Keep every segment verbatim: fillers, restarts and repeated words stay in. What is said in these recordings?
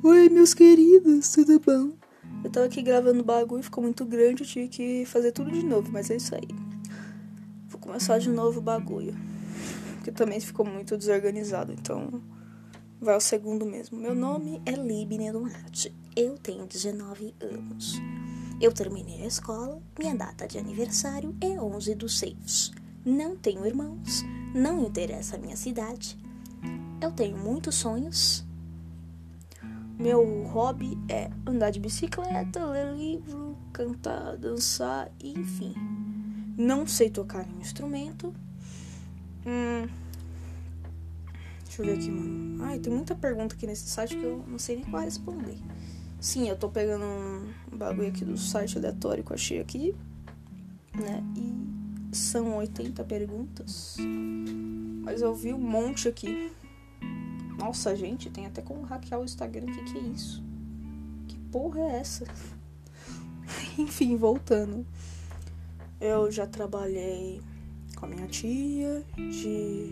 Oi, meus queridos, tudo bom? Eu tava aqui gravando o bagulho, ficou muito grande, eu tive que fazer tudo de novo, mas é isso aí. Vou começar de novo o bagulho, porque também ficou muito desorganizado, então vai ao segundo mesmo. Meu nome é Libne Duarte, eu tenho dezenove anos. Eu terminei a escola, minha data de aniversário é onze do seis. Não tenho irmãos, não interessa a minha cidade. Eu tenho muitos sonhos. Meu hobby é andar de bicicleta, ler livro, cantar, dançar, enfim. Não sei tocar nenhum instrumento. Hum, deixa eu ver aqui, mano. Ai, tem muita pergunta aqui nesse site que eu não sei nem qual responder. Sim, eu tô pegando um bagulho aqui do site aleatório que eu achei aqui, né? E são oitenta perguntas. Mas eu vi um monte aqui. Nossa, gente, tem até como hackear o Instagram. O que, que é isso? Que porra é essa? Enfim, voltando. Eu já trabalhei com a minha tia de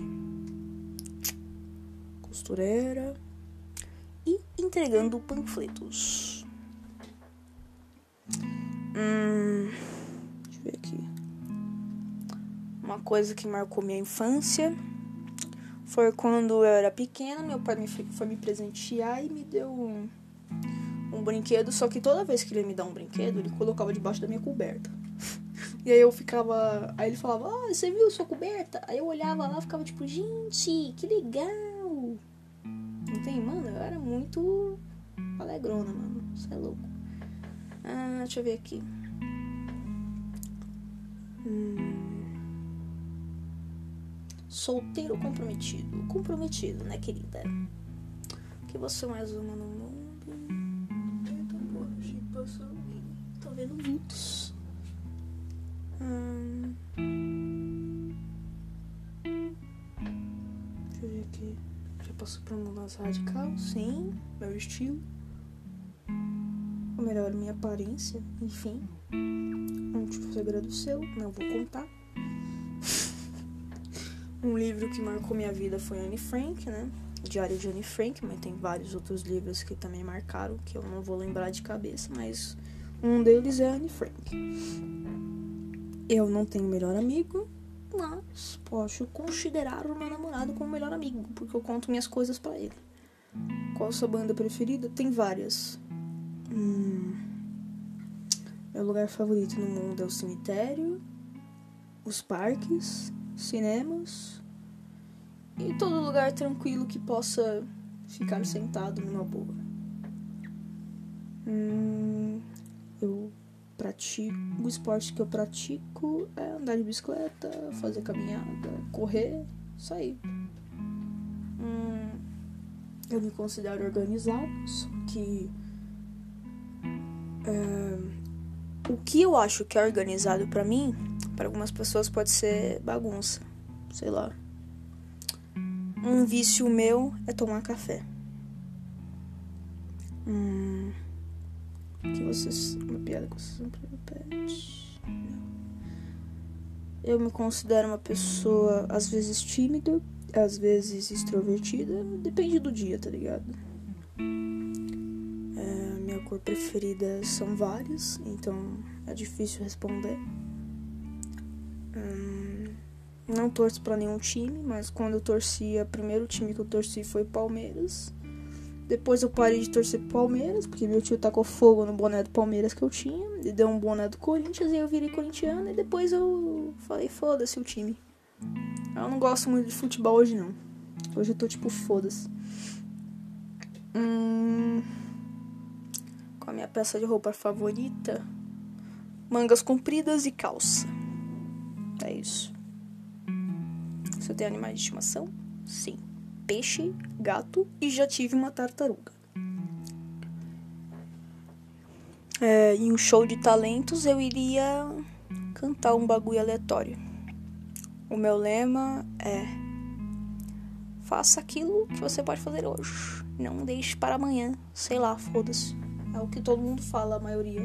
costureira e entregando panfletos. Hum, deixa eu ver aqui. Uma coisa que marcou minha infância foi quando eu era pequena, meu pai me foi me presentear e me deu um, um brinquedo, só que toda vez que ele ia me dar um brinquedo, ele colocava debaixo da minha coberta. E aí eu ficava... Aí ele falava, ah, você viu sua coberta? Aí eu olhava lá e ficava tipo, gente, que legal. Não tem, mano, eu era muito alegrona, mano, você é louco. Ah, deixa eu ver aqui. Hum... Solteiro ou comprometido? Comprometido, né, querida? Que você mais ama no mundo? Tô vendo muitos. Hum... Deixa eu ver aqui. Já passou por uma mudança radical? Sim. Meu estilo. Ou melhor, minha aparência. Enfim. Um tipo segredo seu. Não vou contar. Um livro que marcou minha vida foi Anne Frank, né? Diário de Anne Frank, mas tem vários outros livros que também marcaram, que eu não vou lembrar de cabeça, mas um deles é Anne Frank. Eu não tenho melhor amigo, mas posso considerar o meu namorado como melhor amigo, porque eu conto minhas coisas pra ele. Qual a sua banda preferida? Tem várias. Hum... Meu lugar favorito no mundo é o cemitério, os parques, cinemas e todo lugar tranquilo que possa ficar sentado numa boa. Hum, eu pratico, o esporte que eu pratico é andar de bicicleta, fazer caminhada, correr, isso aí. Hum, eu me considero organizado, só que é, o que eu acho que é organizado pra mim, para algumas pessoas pode ser bagunça, sei lá. Um vício meu é tomar café. Hum, que vocês, uma piada que você sempre repete. Não. Eu me considero uma pessoa às vezes tímida, às vezes extrovertida, depende do dia, tá ligado? É, minha cor preferida são várias, então é difícil responder. Hum, não torço pra nenhum time, mas quando eu torcia, o primeiro time que eu torci foi Palmeiras. Depois eu parei de torcer pro Palmeiras, porque meu tio tacou fogo no boné do Palmeiras que eu tinha. Ele deu um boné do Corinthians e eu virei corintiana. E depois eu falei, foda-se o time. Eu não gosto muito de futebol hoje, não. Hoje eu tô tipo, foda-se. Hum... Qual a minha peça de roupa favorita? Mangas compridas e calça. É isso. Você tem animais de estimação? Sim. Peixe, gato e já tive uma tartaruga. É, em um show de talentos eu iria cantar um bagulho aleatório. O meu lema é: faça aquilo que você pode fazer hoje. Não deixe para amanhã. Sei lá, foda-se. É o que todo mundo fala, a maioria.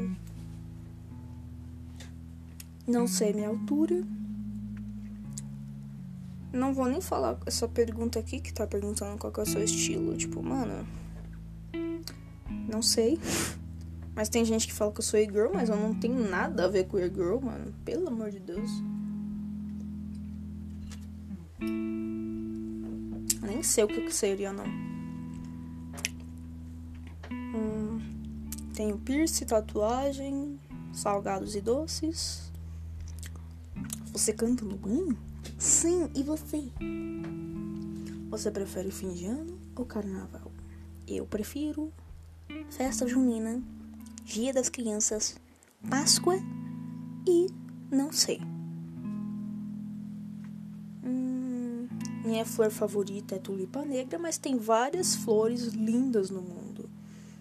Não sei minha altura. Não vou nem falar essa pergunta aqui, que tá perguntando qual que é o seu estilo. Tipo, mano, Não sei. Mas tem gente que fala que eu sou e-girl, mas eu não tenho nada a ver com e-girl, mano. Pelo amor de Deus. Nem sei o que seria, não. Hum, tenho piercing, tatuagem, salgados e doces. Você canta no banho? Sim, e você? Você prefere fim de ano ou carnaval? Eu prefiro festa junina, Dia das Crianças, Páscoa e não sei. Hum, minha flor favorita é tulipa negra, mas tem várias flores lindas no mundo.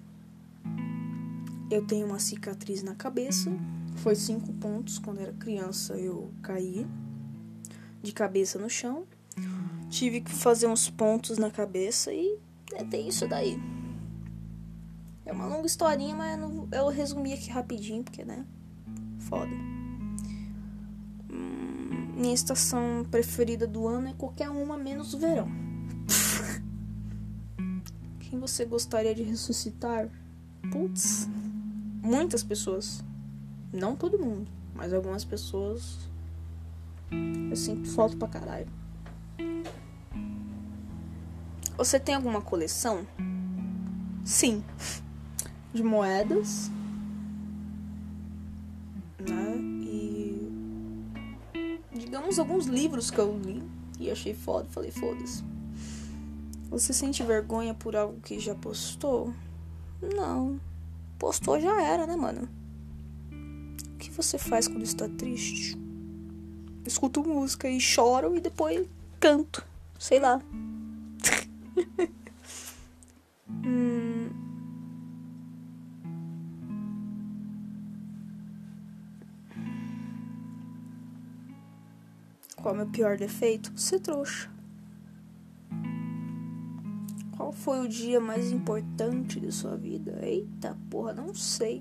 Eu tenho uma cicatriz na cabeça. Foi cinco pontos. Quando era criança eu caí de cabeça no chão. Tive que fazer uns pontos na cabeça e é, tem isso daí. É uma longa historinha, mas eu, eu resumi aqui rapidinho, porque, né? Foda. Hum, minha estação preferida do ano é qualquer uma, menos o verão. Quem você gostaria de ressuscitar? Putz, muitas pessoas. Não todo mundo, mas algumas pessoas eu sinto falta pra caralho. Você tem alguma coleção? Sim. De moedas, né? E digamos alguns livros que eu li e achei foda, falei foda-se. Você sente vergonha por algo que já postou? Não. Postou já era, né, mano? O que você faz quando está triste? Escuto música e choro e depois canto. Sei lá. hum... Qual é o meu pior defeito? Ser trouxa. Qual foi o dia mais importante de sua vida? Eita porra, não sei.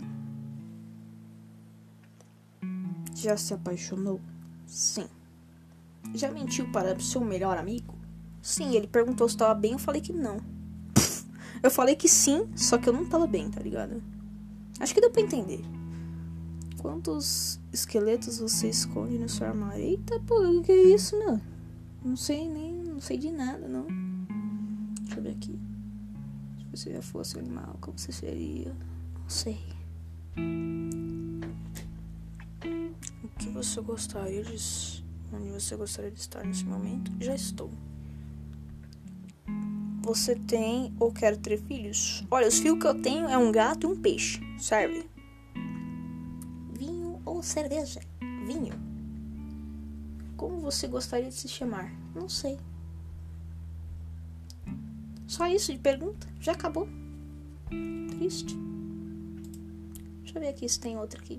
Já se apaixonou? Sim. Já mentiu para seu melhor amigo? Sim, ele perguntou se estava bem, eu falei que não. Eu falei que sim, só que eu não tava bem, tá ligado? Acho que deu pra entender. Quantos esqueletos você esconde no seu armário? Eita, pô, o que é isso, meu? Não sei nem, não sei de nada, não. Deixa eu ver aqui. Se você já fosse um animal, como você seria? Não sei. O que você gostaria de... Onde você gostaria de estar nesse momento? Já estou. Você tem ou quer ter filhos? Olha, os filhos que eu tenho é um gato e um peixe. Serve. Vinho ou cerveja? Vinho. Como você gostaria de se chamar? Não sei. Só isso de pergunta? Já acabou. Triste. Deixa eu ver aqui se tem outra aqui.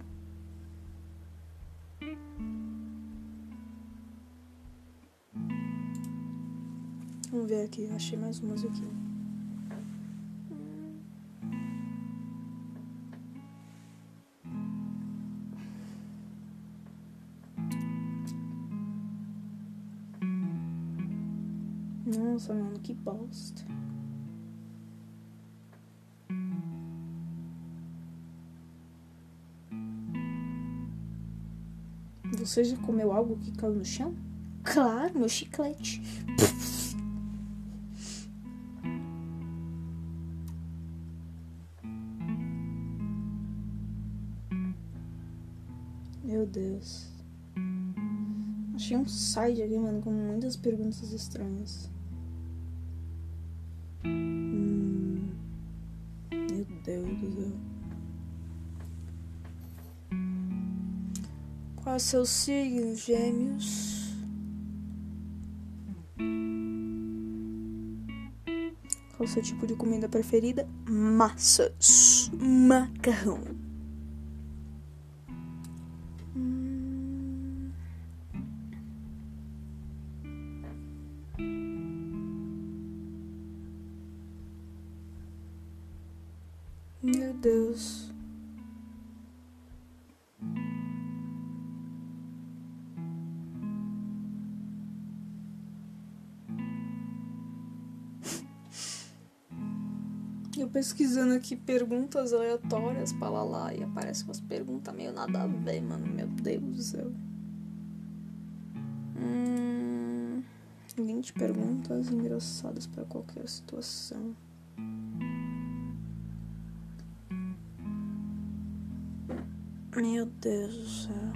Vamos ver aqui. Achei mais umas aqui. Nossa, mano, que bosta. Você já comeu algo que caiu no chão? Claro, meu chiclete. Meu Deus. Achei um site aqui, mano, com muitas perguntas estranhas. Hum, meu Deus do céu. Qual é o seu signo, Gêmeos? Qual é o seu tipo de comida preferida? Massas. Macarrão. Hum. Meu Deus. Eu pesquisando aqui perguntas aleatórias pra lá, lá e aparece umas perguntas meio nada a ver, mano. Meu Deus do céu. Hum, vinte perguntas engraçadas pra qualquer situação. Meu Deus do céu.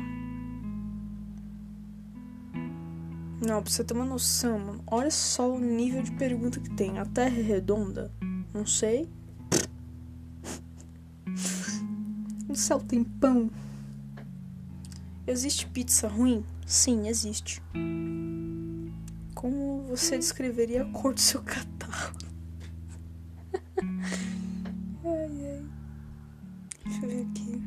Não, pra você ter uma noção, mano. Olha só o nível de pergunta que tem. A Terra é redonda? Não sei. No céu tem pão? Existe pizza ruim? Sim, existe. Como você descreveria a cor do seu catarro? Ai, ai. Deixa eu ver aqui.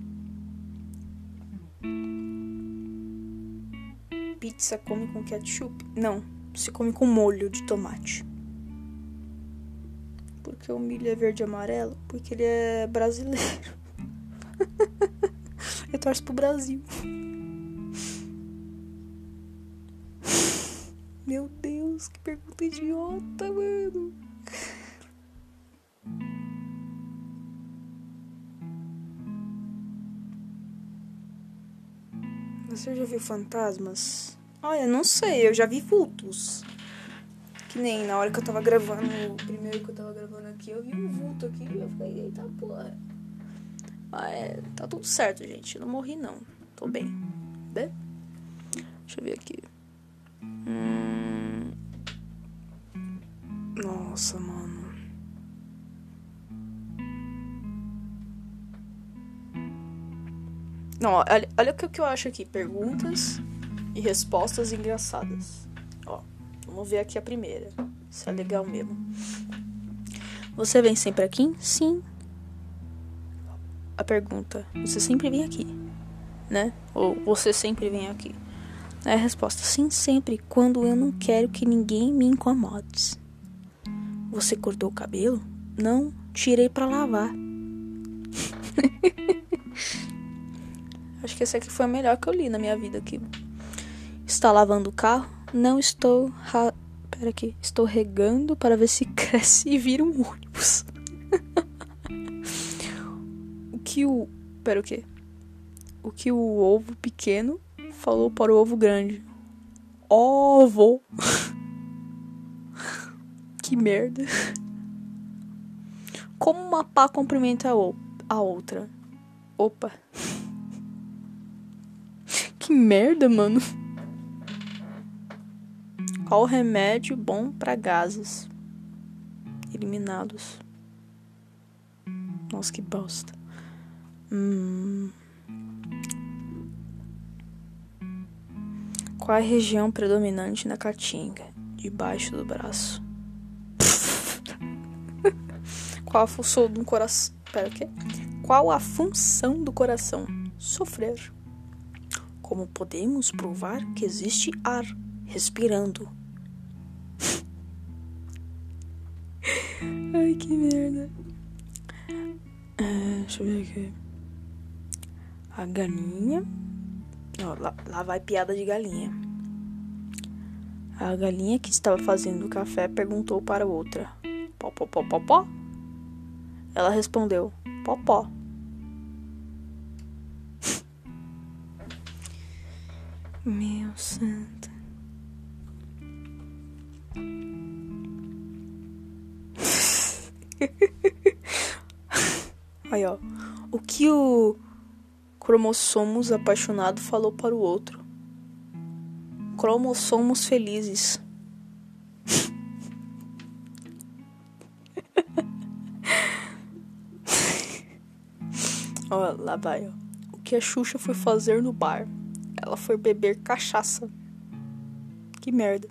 Pizza come com ketchup? Não, se come com molho de tomate. Por que o milho é verde e amarelo? Porque ele é brasileiro. Ele torce pro Brasil. Meu Deus, que pergunta idiota, mano. Você já viu fantasmas? Olha, não sei, eu já vi vultos. Que nem na hora que eu tava gravando, o primeiro que eu tava gravando aqui, eu vi um vulto aqui e eu falei, eita porra. Mas é, tá tudo certo, gente. Eu não morri, não. Tô bem. Né? Deixa eu ver aqui. Hum... Nossa, mano. Não, olha, olha o que eu acho aqui. Perguntas e respostas engraçadas. Ó, vamos ver aqui a primeira. Isso é legal mesmo. Você vem sempre aqui? Sim. A pergunta, você sempre vem aqui, né? Ou você sempre vem aqui? É a resposta, sim, sempre, quando eu não quero que ninguém me incomode. Você cortou o cabelo? Não, tirei pra lavar. Acho que essa aqui foi a melhor que eu li na minha vida aqui. Está lavando o carro? Não estou... Ra... Pera aqui. Estou regando para ver se cresce e vira um ônibus. O que o... Pera o quê? O que o ovo pequeno falou para o ovo grande? Ovo! Que merda. Como uma pá cumprimenta a, o... a outra? Opa. Que merda, mano. Qual remédio bom para gases eliminados? Nossa, que bosta. Hum. Qual a região predominante na caatinga? Debaixo do braço. Qual a função do coração? Pera, o quê? Qual a função do coração? Sofrer. Como podemos provar que existe ar respirando? Ai, que merda. É, deixa eu ver aqui. A galinha. Ó, lá, lá vai piada de galinha. A galinha que estava fazendo o café perguntou para outra: Pó, pó, pó, pó, pó? Ela respondeu: Pó, pó. Meu santo. Aí, ó. O que o cromossomos apaixonado falou para o outro? Cromossomos felizes. Ó, lá vai, ó. O que a Xuxa foi fazer no bar? Ela foi beber cachaça. Que merda.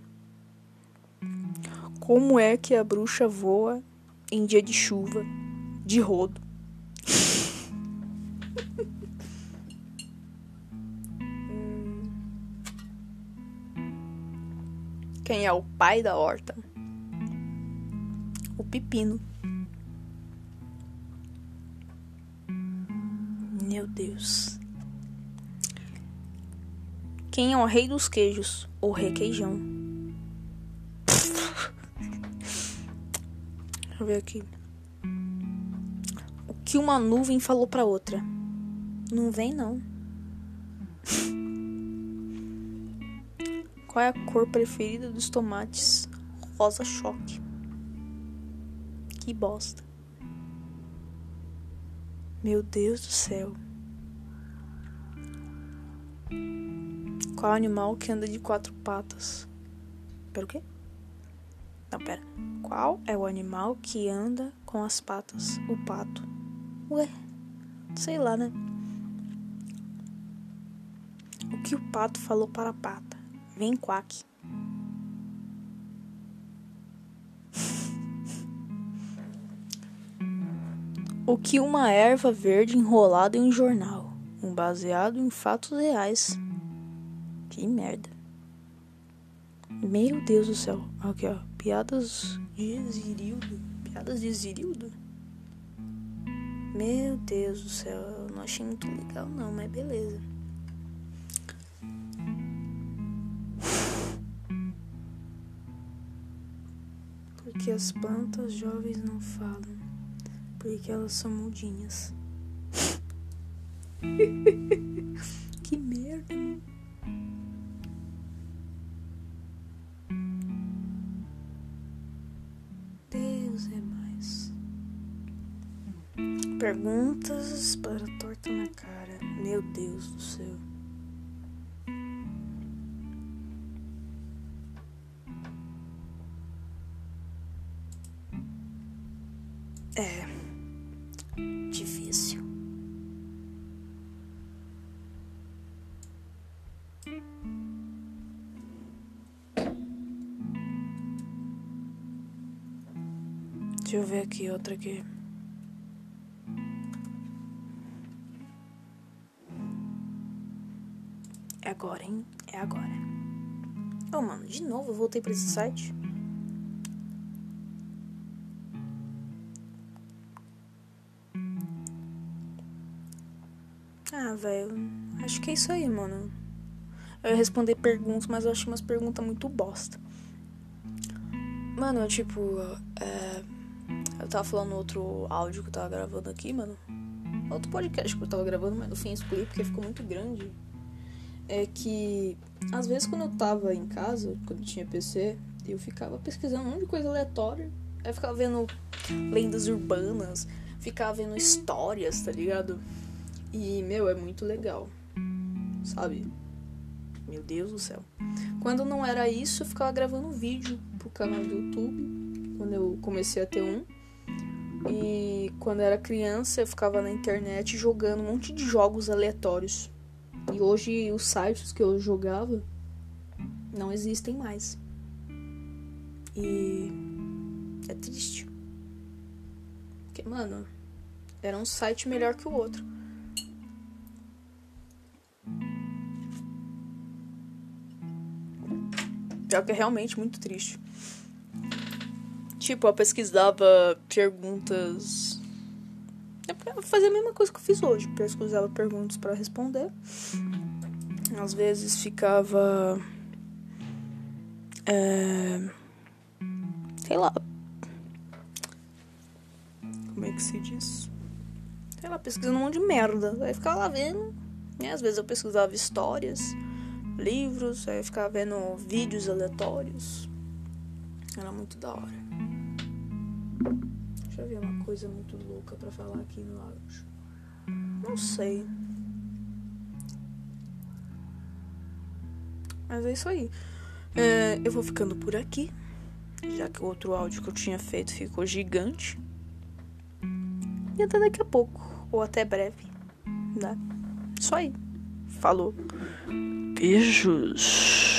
Como é que a bruxa voa em dia de chuva? De rodo. hum. Quem é o pai da horta? O pepino. Meu Deus. Quem é o rei dos queijos? O requeijão. Deixa eu ver aqui. O que uma nuvem falou pra outra? Não vem, não. Qual é a cor preferida dos tomates? Rosa choque. Que bosta. Meu Deus do céu. Qual é o animal que anda de quatro patas? Pera o quê? Não, pera. Qual é o animal que anda com as patas? O pato. Ué, sei lá, né? O que o pato falou para a pata? Vem, quack. O que uma erva verde enrolada em um jornal? Um baseado em fatos reais. Que merda. Meu Deus do céu. Aqui, ó. Piadas de Zirildo. Piadas de Zirildo? Meu Deus do céu. Eu não achei muito legal, não, mas beleza. Porque as plantas jovens não falam. Porque elas são mudinhas. Que merda, mano. Deus é mais. Perguntas para torta na cara. Meu Deus do céu. É difícil. Deixa eu ver aqui, outra aqui. É agora, hein? É agora. Oh, mano, de novo eu voltei pra esse site. Ah, velho, acho que é isso aí, mano. Eu ia responder perguntas, mas eu achei umas perguntas muito bosta. Mano, eu, tipo, é... eu tava falando no outro áudio que eu tava gravando aqui, mano. Outro podcast que eu tava gravando, mas no fim excluí porque ficou muito grande. É que, às vezes, quando eu tava em casa, quando eu tinha P C, eu ficava pesquisando um monte de coisa aleatória. Aí eu ficava vendo lendas urbanas, ficava vendo histórias, tá ligado? E, meu, é muito legal, sabe? Meu Deus do céu. Quando não era isso, eu ficava gravando vídeo pro canal do YouTube, quando eu comecei a ter um. E quando eu era criança, eu ficava na internet jogando um monte de jogos aleatórios. E hoje, os sites que eu jogava não existem mais. E é triste. Porque, mano, era um site melhor que o outro. Pior que é realmente muito triste. Tipo, eu pesquisava perguntas... Eu fazia a mesma coisa que eu fiz hoje. Pesquisava perguntas pra responder. Às vezes ficava... É... Sei lá. Como é que se diz? Sei lá, pesquisando um monte de merda. Aí ficava lá vendo. E às vezes eu pesquisava histórias, livros. Aí eu ficava vendo vídeos aleatórios. Era muito da hora. Deixa eu ver uma coisa muito louca pra falar aqui no áudio. Não sei. Mas é isso aí. É, eu vou ficando por aqui. Já que o outro áudio que eu tinha feito ficou gigante. E até daqui a pouco. Ou até breve. Né? Isso aí. Falou. Beijos.